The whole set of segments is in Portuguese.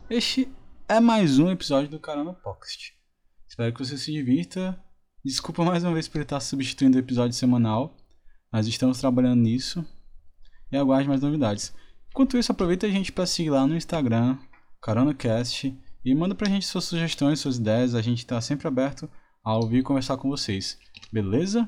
Este é mais um episódio do Carona Pocket. Espero que você se divirta. Desculpa mais uma vez por estar substituindo o episódio semanal, mas estamos trabalhando nisso e aguarde mais novidades. Enquanto isso, aproveita a gente para seguir lá no Instagram, CaronaCast, e manda pra gente suas sugestões, suas ideias. A gente está sempre aberto a ouvir e conversar com vocês. Beleza?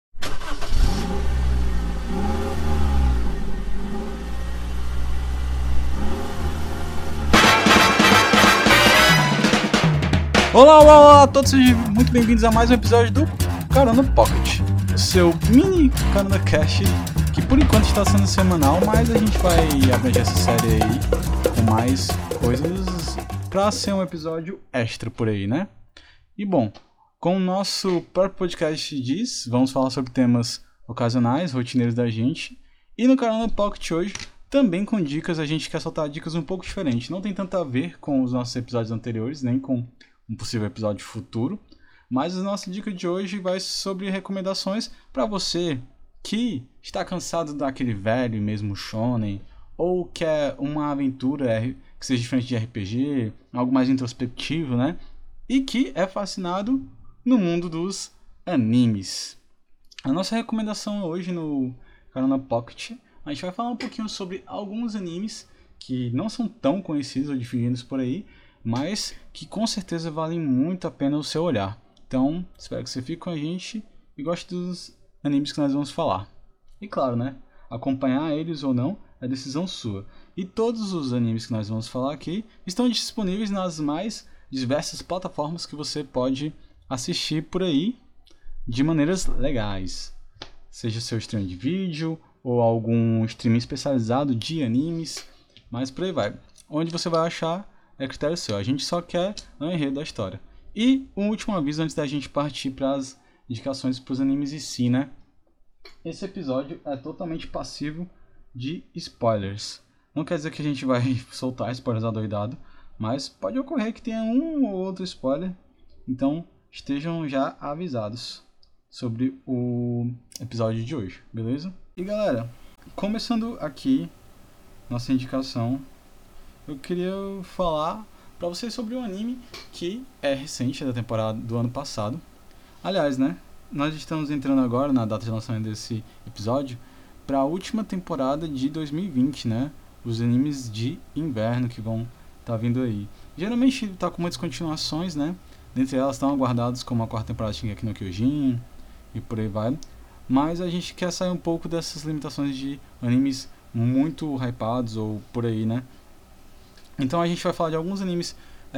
Olá a todos, sejam muito bem-vindos a mais um episódio do Carona Pocket, o seu mini Carona Cast, que por enquanto está sendo semanal, mas a gente vai abranger essa série aí com mais coisas para ser um episódio extra por aí, né? E bom, como o nosso próprio podcast diz, vamos falar sobre temas ocasionais, rotineiros da gente, e no Carona Pocket hoje, também com dicas. A gente quer soltar dicas um pouco diferentes, não tem tanto a ver com os nossos episódios anteriores, nem com um possível episódio futuro, mas a nossa dica de hoje vai sobre recomendações para você que está cansado daquele velho mesmo shonen, ou quer uma aventura que seja diferente de RPG, algo mais introspectivo, né? E que é fascinado no mundo dos animes. A nossa recomendação hoje no Carona Pocket, a gente vai falar um pouquinho sobre alguns animes que não são tão conhecidos ou difundidos por aí, mas que com certeza valem muito a pena o seu olhar. Então, espero que você fique com a gente e goste dos animes que nós vamos falar. E claro, né? Acompanhar eles ou não é decisão sua. E todos os animes que nós vamos falar aqui estão disponíveis nas mais diversas plataformas que você pode assistir por aí de maneiras legais. Seja seu stream de vídeo ou algum stream especializado de animes, mas por aí vai. Onde você vai achar é critério seu, a gente só quer o enredo da história. E um último aviso antes da gente partir para as indicações para os animes em si, né? Esse episódio é totalmente passivo de spoilers. Não quer dizer que a gente vai soltar spoilers adoidado, mas pode ocorrer que tenha um ou outro spoiler, então estejam já avisados sobre o episódio de hoje, beleza? E galera, começando aqui nossa indicação, eu queria falar pra vocês sobre um anime que é recente, da temporada do ano passado. Aliás, né? Nós estamos entrando agora na data de lançamento desse episódio para a última temporada de 2020, né? Os animes de inverno que vão estar vindo aí. Geralmente tá com muitas continuações, né? Dentre elas estão aguardadas como a quarta temporada de Shingeki no Kyojin e por aí vai. Mas a gente quer sair um pouco dessas limitações de animes muito hypados ou por aí, né? Então a gente vai falar de alguns animes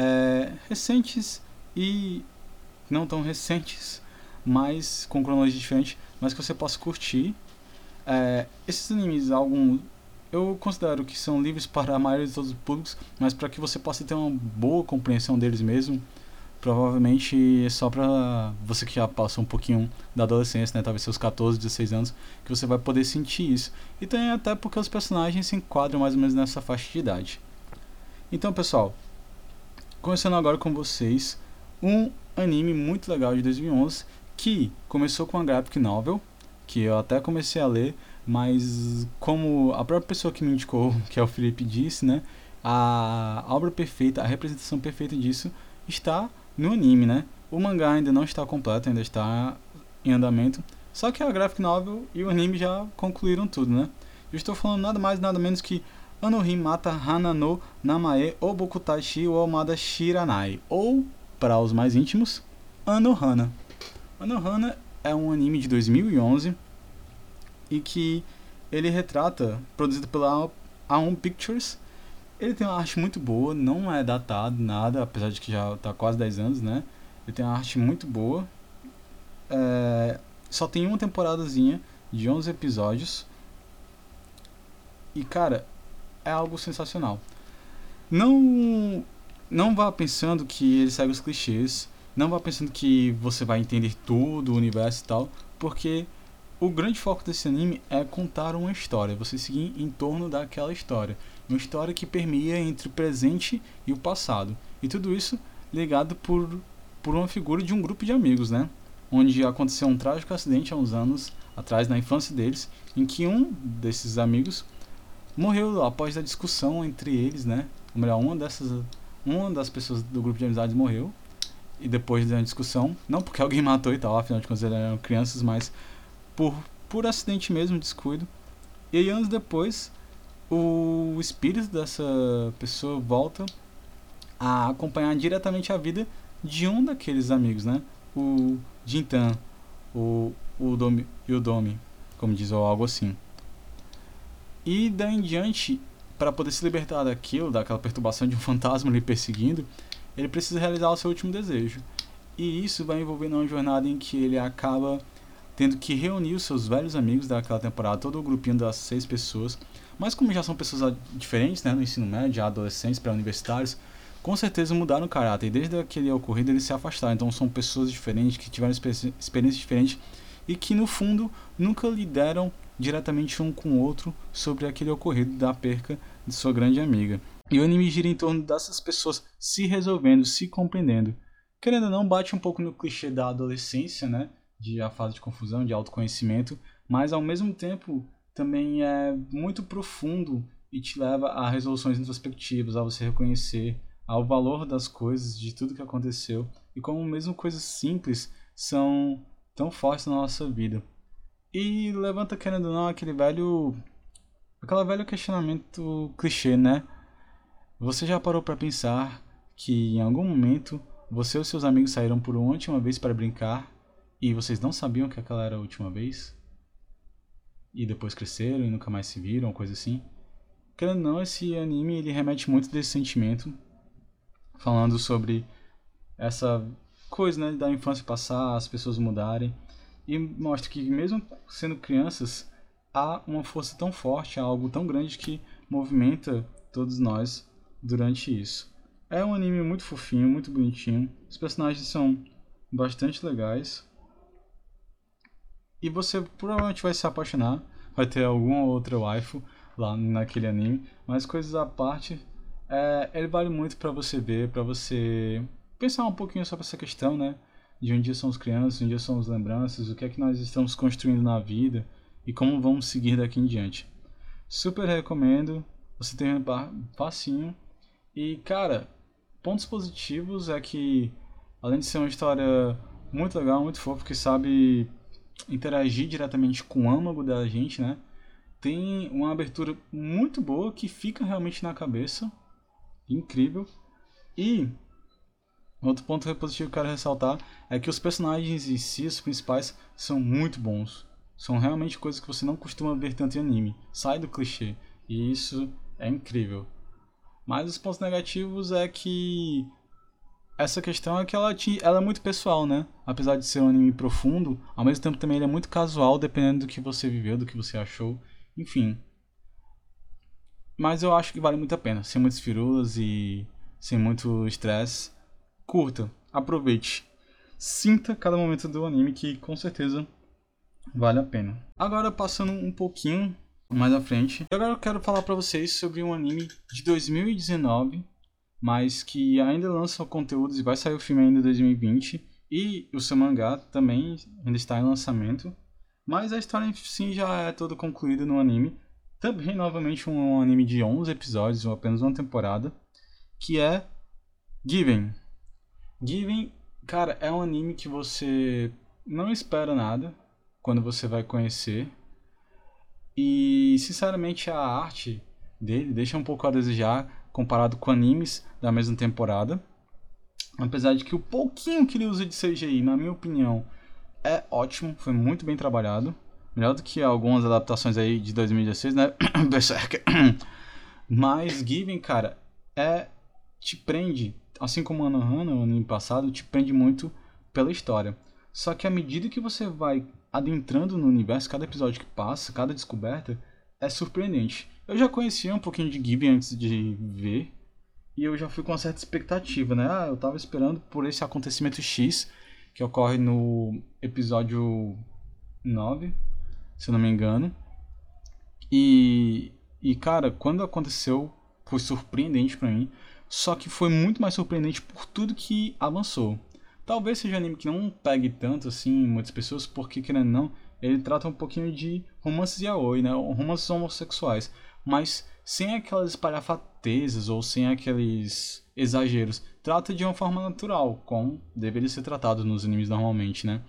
recentes e não tão recentes, mas com cronologia diferente, mas que você possa curtir. Esses animes, alguns eu considero que são livres para a maioria de todos os públicos, mas para que você possa ter uma boa compreensão deles mesmo, provavelmente é só para você que já passou um pouquinho da adolescência, né, talvez seus 14, 16 anos, que você vai poder sentir isso. E também até porque os personagens se enquadram mais ou menos nessa faixa de idade. Então, pessoal, começando agora com vocês, um anime muito legal de 2011 que começou com uma graphic novel, que eu até comecei a ler, mas como a própria pessoa que me indicou, que é o Felipe, disse, né, a obra perfeita, a representação perfeita disso está no anime, né? O mangá ainda não está completo, ainda está em andamento, só que a graphic novel e o anime já concluíram tudo, né? Eu estou falando nada mais nada menos que Anohi Mata Hana no Namae Obokutashi wo Amada Shiranai, ou, para os mais íntimos, Anohana. Anohana é um anime de 2011 e que ele retrata, produzido pela A1 Pictures. Ele tem uma arte muito boa, não é datado nada, apesar de que já está quase 10 anos, né? Ele tem uma arte muito boa. Só tem uma temporadazinha de 11 episódios. E, cara, é algo sensacional. Não vá pensando que ele segue os clichês, não vá pensando que você vai entender tudo, o universo e tal, porque o grande foco desse anime é contar uma história, você seguir em torno daquela história, uma história que permeia entre o presente e o passado, e tudo isso ligado por uma figura de um grupo de amigos, né? Onde aconteceu um trágico acidente há uns anos atrás, na infância deles, em que um desses amigos morreu após a discussão entre eles, né? Ou melhor, uma dessas uma das pessoas do grupo de amizades morreu, e depois de uma discussão, não porque alguém matou e tal, afinal de contas eles eram crianças, mas por acidente mesmo, descuido. E aí anos depois, o espírito dessa pessoa volta a acompanhar diretamente a vida de um daqueles amigos, né? O Jintan, o Domi, e o Domi, como diz, ou algo assim. E daí em diante, para poder se libertar daquilo, daquela perturbação de um fantasma lhe perseguindo, ele precisa realizar o seu último desejo. E isso vai envolvendo uma jornada em que ele acaba tendo que reunir os seus velhos amigos daquela temporada, todo o grupinho das 6 pessoas. Mas como já são pessoas diferentes, né, no ensino médio, já adolescentes, pré-universitários, com certeza mudaram o caráter. E desde aquele ocorrido eles se afastaram. Então são pessoas diferentes, que tiveram experiências diferentes e que no fundo nunca lidaram diretamente um com o outro sobre aquele ocorrido da perca de sua grande amiga. E o anime gira em torno dessas pessoas se resolvendo, se compreendendo. Querendo ou não, bate um pouco no clichê da adolescência, né? De a fase de confusão, de autoconhecimento, mas ao mesmo tempo também é muito profundo e te leva a resoluções introspectivas, a você reconhecer ao valor das coisas, de tudo que aconteceu, e como mesmo coisas simples são tão fortes na nossa vida. E levanta, querendo ou não, aquele velho questionamento clichê, né? Você já parou para pensar que em algum momento você e seus amigos saíram por uma última vez para brincar e vocês não sabiam que aquela era a última vez? E depois cresceram e nunca mais se viram, ou coisa assim? Querendo ou não, esse anime ele remete muito desse sentimento, falando sobre essa coisa, né, da infância passar, as pessoas mudarem, e mostra que mesmo sendo crianças, há uma força tão forte, há algo tão grande que movimenta todos nós durante isso. É um anime muito fofinho, muito bonitinho, os personagens são bastante legais, e você provavelmente vai se apaixonar, vai ter alguma outra waifu lá naquele anime, mas coisas à parte, ele vale muito pra você ver, pra você pensar um pouquinho sobre essa questão, né? De um dia somos crianças, um dia somos lembranças, o que é que nós estamos construindo na vida e como vamos seguir daqui em diante. Super recomendo, você tem facinho. E cara, pontos positivos é que, além de ser uma história muito legal, muito fofa, que sabe interagir diretamente com o âmago da gente, né? Tem uma abertura muito boa que fica realmente na cabeça. Incrível. E outro ponto positivo que eu quero ressaltar é que os personagens em si, os principais, são muito bons. São realmente coisas que você não costuma ver tanto em anime. Sai do clichê. E isso é incrível. Mas os pontos negativos é que essa questão é que ela é muito pessoal, né? Apesar de ser um anime profundo, ao mesmo tempo também ele é muito casual, dependendo do que você viveu, do que você achou. Enfim. Mas eu acho que vale muito a pena. Sem muitas firulas e sem muito estresse. Curta, aproveite. Sinta cada momento do anime que com certeza vale a pena. Agora passando um pouquinho mais à frente. Agora eu quero falar pra vocês sobre um anime de 2019, mas que ainda lança conteúdos e vai sair o filme ainda em 2020. E o seu mangá também ainda está em lançamento. Mas a história em si já é toda concluída no anime. Também, novamente, um anime de 11 episódios, ou apenas uma temporada, que é Given. Given, cara, é um anime que você não espera nada quando você vai conhecer. E, sinceramente, a arte dele deixa um pouco a desejar comparado com animes da mesma temporada. Apesar de que o pouquinho que ele usa de CGI, na minha opinião, é ótimo, foi muito bem trabalhado. Melhor do que algumas adaptações aí de 2016, né? Berserk. Mas Given, cara, te prende, assim como Anohana, no ano passado, te prende muito pela história. Só que à medida que você vai adentrando no universo, cada episódio que passa, cada descoberta, é surpreendente. Eu já conhecia um pouquinho de Given antes de ver, e eu já fui com uma certa expectativa, né? Eu tava esperando por esse acontecimento X, que ocorre no episódio 9, se eu não me engano. E cara, quando aconteceu, foi surpreendente pra mim. Só que foi muito mais surpreendente por tudo que avançou. Talvez seja um anime que não pegue tanto assim muitas pessoas, porque querendo ou não, ele trata um pouquinho de romances yaoi, né? Romances homossexuais. Mas sem aquelas espalhafatezas ou sem aqueles exageros. Trata de uma forma natural, como deveria ser tratado nos animes normalmente, né?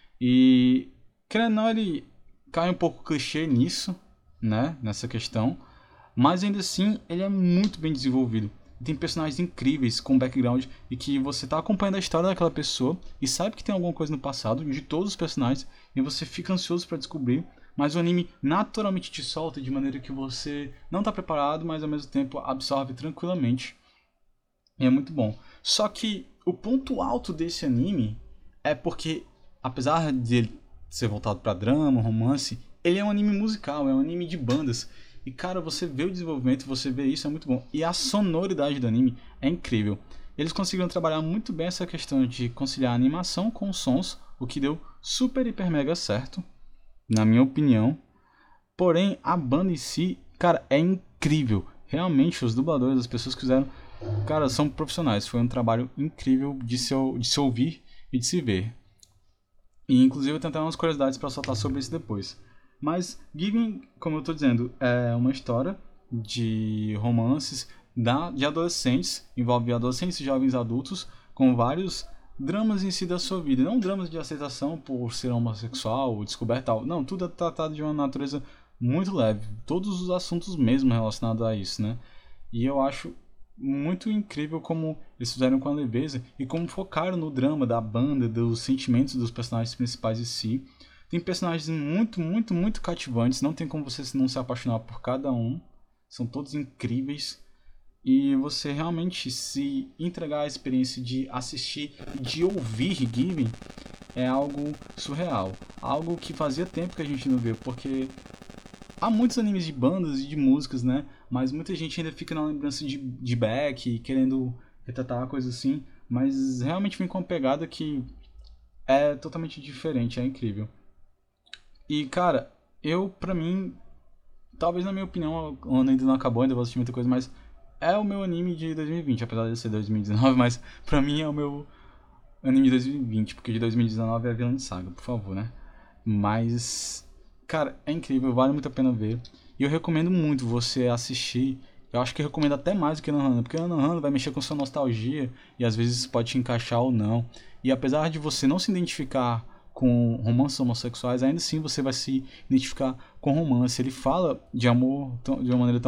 E, querendo ou não, ele cai um pouco clichê nisso, né? Nessa questão. Mas ainda assim, ele é muito bem desenvolvido. Tem personagens incríveis com background e que você tá acompanhando a história daquela pessoa e sabe que tem alguma coisa no passado de todos os personagens e você fica ansioso para descobrir, mas o anime naturalmente te solta de maneira que você não tá preparado, mas ao mesmo tempo absorve tranquilamente. E é muito bom. Só que o ponto alto desse anime é porque, apesar de ele ser voltado para drama, romance, ele é um anime musical, é um anime de bandas. E cara, você vê o desenvolvimento, você vê isso, é muito bom. E a sonoridade do anime é incrível. Eles conseguiram trabalhar muito bem essa questão de conciliar a animação com os sons, o que deu super, hiper, mega certo, na minha opinião. Porém, a banda em si, cara, é incrível. Realmente, os dubladores, as pessoas que fizeram, cara, são profissionais. Foi um trabalho incrível de se ouvir e de se ver. E inclusive eu tenho até umas curiosidades para soltar sobre isso depois. Mas Given, como eu tô dizendo, é uma história de romances de adolescentes, envolve adolescentes e jovens adultos, com vários dramas em si da sua vida. Não dramas de aceitação por ser homossexual ou descoberta tal. Não, tudo é tratado de uma natureza muito leve. Todos os assuntos mesmo relacionados a isso, né? E eu acho muito incrível como eles fizeram com a leveza e como focaram no drama da banda, dos sentimentos dos personagens principais em si. Tem personagens muito, muito, muito cativantes, não tem como você não se apaixonar por cada um. São todos incríveis. E você realmente se entregar à experiência de assistir e de ouvir Given é algo surreal. Algo que fazia tempo que a gente não vê, porque há muitos animes de bandas e de músicas, né? Mas muita gente ainda fica na lembrança de Beck, querendo retratar coisa assim. Mas realmente vem com uma pegada que é totalmente diferente, é incrível. E, cara, pra mim, talvez na minha opinião, o ano ainda não acabou, ainda vou assistir muita coisa, mas é o meu anime de 2020, apesar de ser 2019, mas pra mim é o meu anime de 2020, porque de 2019 é Vinland Saga, por favor, né? Mas, cara, é incrível, vale muito a pena ver. E eu recomendo muito você assistir. Eu acho que eu recomendo até mais do que Anohana, porque Anohana vai mexer com sua nostalgia e às vezes pode te encaixar ou não. E apesar de você não se identificar com romances homossexuais, ainda assim você vai se identificar com romance. Ele fala de amor de uma maneira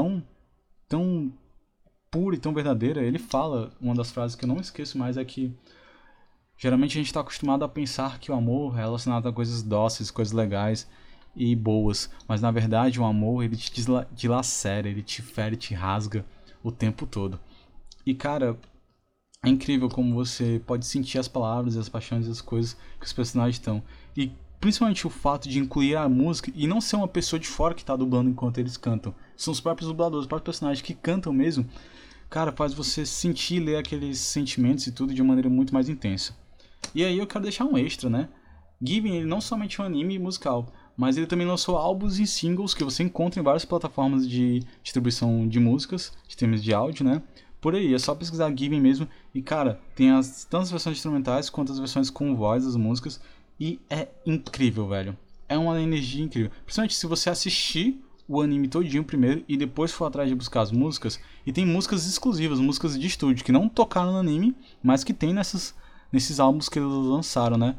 tão pura e tão verdadeira. Ele fala, uma das frases que eu não esqueço mais é que geralmente a gente está acostumado a pensar que o amor é relacionado a coisas dóceis, coisas legais e boas, mas na verdade o amor ele te dilacera, ele te fere, te rasga o tempo todo. E cara, é incrível como você pode sentir as palavras, as paixões e as coisas que os personagens estão. E principalmente o fato de incluir a música e não ser uma pessoa de fora que está dublando enquanto eles cantam. São os próprios dubladores, os próprios personagens que cantam mesmo. Cara, faz você sentir e ler aqueles sentimentos e tudo de uma maneira muito mais intensa. E aí eu quero deixar um extra, né? Given, ele não somente é um anime musical, mas ele também lançou álbuns e singles que você encontra em várias plataformas de distribuição de músicas, de temas de áudio, né? Por aí, é só pesquisar Given mesmo. E cara, tem tantas versões instrumentais quanto as versões com voz das músicas. E é incrível, velho. É uma energia incrível. Principalmente se você assistir o anime todinho primeiro e depois for atrás de buscar as músicas. E tem músicas exclusivas, músicas de estúdio, que não tocaram no anime, mas que tem nesses álbuns que eles lançaram, né?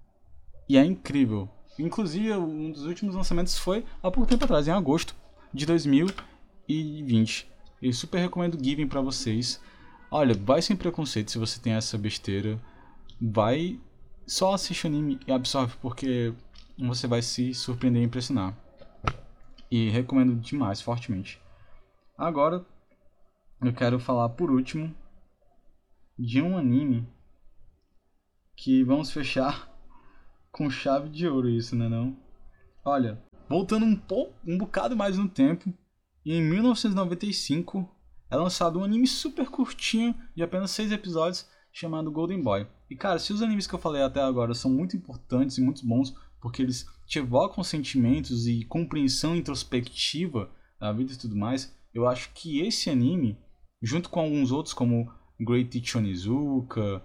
E é incrível. Inclusive, um dos últimos lançamentos foi há pouco tempo atrás, em agosto de 2020. Eu super recomendo Given pra vocês. Olha, vai sem preconceito se você tem essa besteira. Vai, só assiste o anime e absorve, porque você vai se surpreender e impressionar. E recomendo demais, fortemente. Agora, eu quero falar por último de um anime que vamos fechar com chave de ouro, isso, né não? Olha, voltando um bocado mais no tempo, em 1995 é lançado um anime super curtinho, de apenas 6 episódios, chamado Golden Boy. E cara, se os animes que eu falei até agora são muito importantes e muito bons, porque eles te evocam sentimentos e compreensão introspectiva da vida e tudo mais, eu acho que esse anime, junto com alguns outros como Great Teacher Onizuka,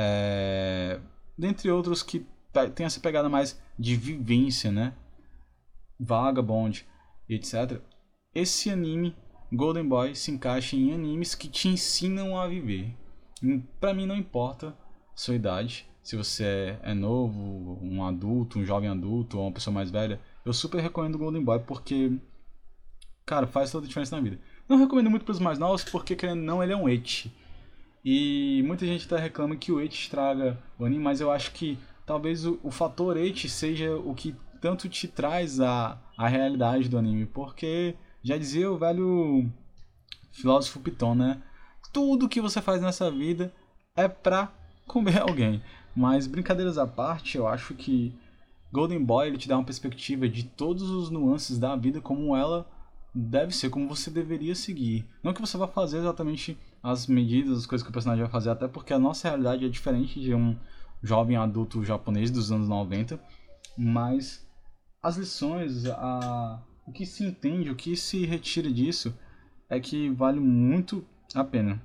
dentre outros que tem essa pegada mais de vivência, né? Vagabond, etc. Esse anime Golden Boy se encaixa em animes que te ensinam a viver. Pra mim não importa sua idade, se você é novo, um adulto, um jovem adulto ou uma pessoa mais velha, eu super recomendo Golden Boy porque, cara, faz toda a diferença na vida. Não recomendo muito pros mais novos porque, querendo ou não, ele é um ecchi. E muita gente até reclama que o ecchi estraga o anime, mas eu acho que talvez o fator ecchi seja o que tanto te traz a realidade do anime, porque já dizia o velho filósofo Piton, né? Tudo que você faz nessa vida é pra comer alguém. Mas brincadeiras à parte, eu acho que Golden Boy ele te dá uma perspectiva de todos os nuances da vida como ela deve ser, como você deveria seguir. Não que você vá fazer exatamente as medidas, as coisas que o personagem vai fazer, até porque a nossa realidade é diferente de um jovem adulto japonês dos anos 90, mas as lições, o que se entende, o que se retira disso é que vale muito a pena.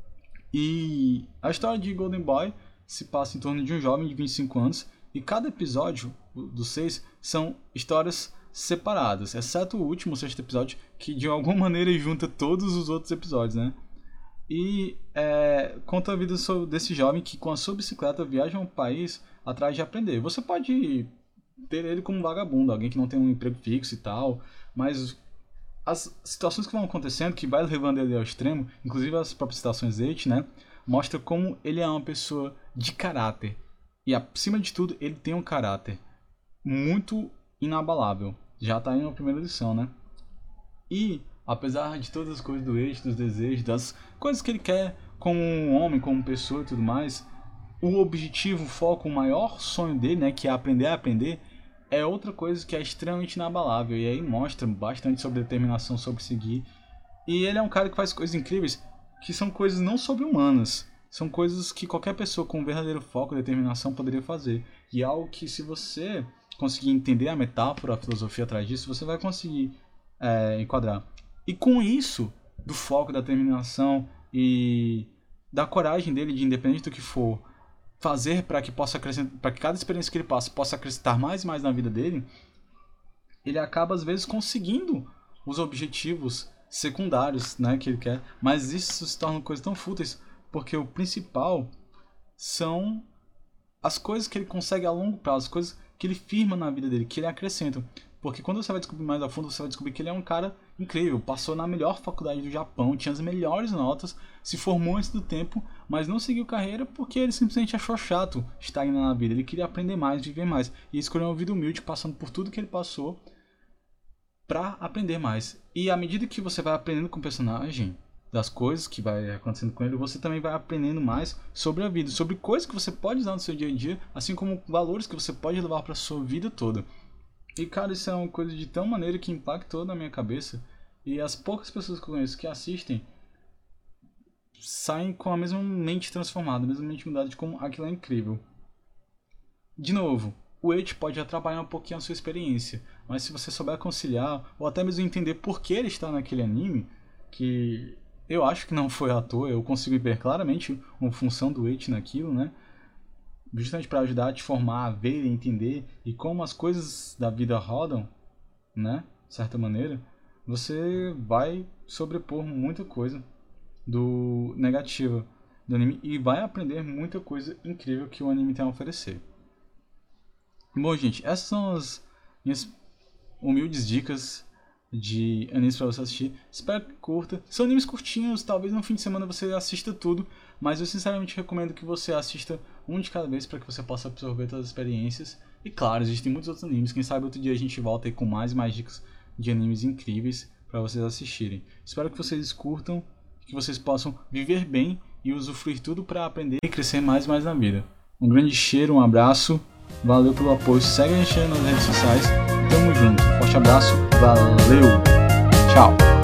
E a história de Golden Boy se passa em torno de um jovem de 25 anos e cada episódio dos 6 são histórias separadas, exceto o último, o sexto episódio, que de alguma maneira junta todos os outros episódios, né? E conta a vida desse jovem que com a sua bicicleta viaja a um país atrás de aprender. Você pode ter ele como um vagabundo, alguém que não tem um emprego fixo e tal, mas as situações que vão acontecendo, que vai levando ele ao extremo, inclusive as próprias situações dele, né, mostra como ele é uma pessoa de caráter. E acima de tudo, ele tem um caráter muito inabalável. Já tá aí na primeira lição, né? E apesar de todas as coisas do eixo, dos desejos, das coisas que ele quer como um homem, como pessoa e tudo mais, o objetivo, o foco, o maior sonho dele, né, que é aprender a aprender, é outra coisa que é extremamente inabalável. E aí mostra bastante sobre determinação, sobre seguir. E ele é um cara que faz coisas incríveis, que são coisas não sobre-humanas. São coisas que qualquer pessoa com um verdadeiro foco e determinação poderia fazer. E é algo que, se você conseguir entender a metáfora, a filosofia atrás disso, você vai conseguir enquadrar. E com isso, do foco, da determinação e da coragem dele de, independente do que for, fazer para que possa acrescentar, para que cada experiência que ele passa possa acrescentar mais e mais na vida dele, ele acaba às vezes conseguindo os objetivos secundários, né, que ele quer, mas isso se torna coisas tão fúteis, porque o principal são as coisas que ele consegue a longo prazo, as coisas que ele firma na vida dele, que ele acrescenta. Porque quando você vai descobrir mais a fundo, você vai descobrir que ele é um cara incrível, passou na melhor faculdade do Japão, tinha as melhores notas, se formou antes do tempo, mas não seguiu carreira porque ele simplesmente achou chato estagnar na vida. Ele queria aprender mais, viver mais, e escolheu uma vida humilde, passando por tudo que ele passou pra aprender mais. E à medida que você vai aprendendo com o personagem, das coisas que vai acontecendo com ele, você também vai aprendendo mais sobre a vida, sobre coisas que você pode usar no seu dia a dia, assim como valores que você pode levar para sua vida toda. E cara, isso é uma coisa de tão maneira que impactou na minha cabeça, e as poucas pessoas que eu conheço que assistem saem com a mesma mente transformada, a mesma mente mudada de como aquilo é incrível. De novo, o ecchi pode atrapalhar um pouquinho a sua experiência, mas se você souber conciliar, ou até mesmo entender por que ele está naquele anime, que eu acho que não foi à toa, eu consigo ver claramente uma função do ecchi naquilo, né? Justamente para ajudar a te formar, a ver e entender, e como as coisas da vida rodam, né? De certa maneira, você vai sobrepor muita coisa do negativa do anime e vai aprender muita coisa incrível que o anime tem a oferecer. Bom, gente, essas são as minhas humildes dicas de animes para você assistir. Espero que curta. São animes curtinhos, talvez no fim de semana você assista tudo, mas eu sinceramente recomendo que você assista um de cada vez para que você possa absorver todas as experiências. E claro, existem muitos outros animes, quem sabe outro dia a gente volta aí com mais e mais dicas de animes incríveis para vocês assistirem. Espero que vocês curtam, que vocês possam viver bem e usufruir tudo para aprender e crescer mais e mais na vida. Um grande cheiro, um abraço, valeu pelo apoio, segue a gente nas redes sociais, tamo junto, forte abraço, valeu, tchau!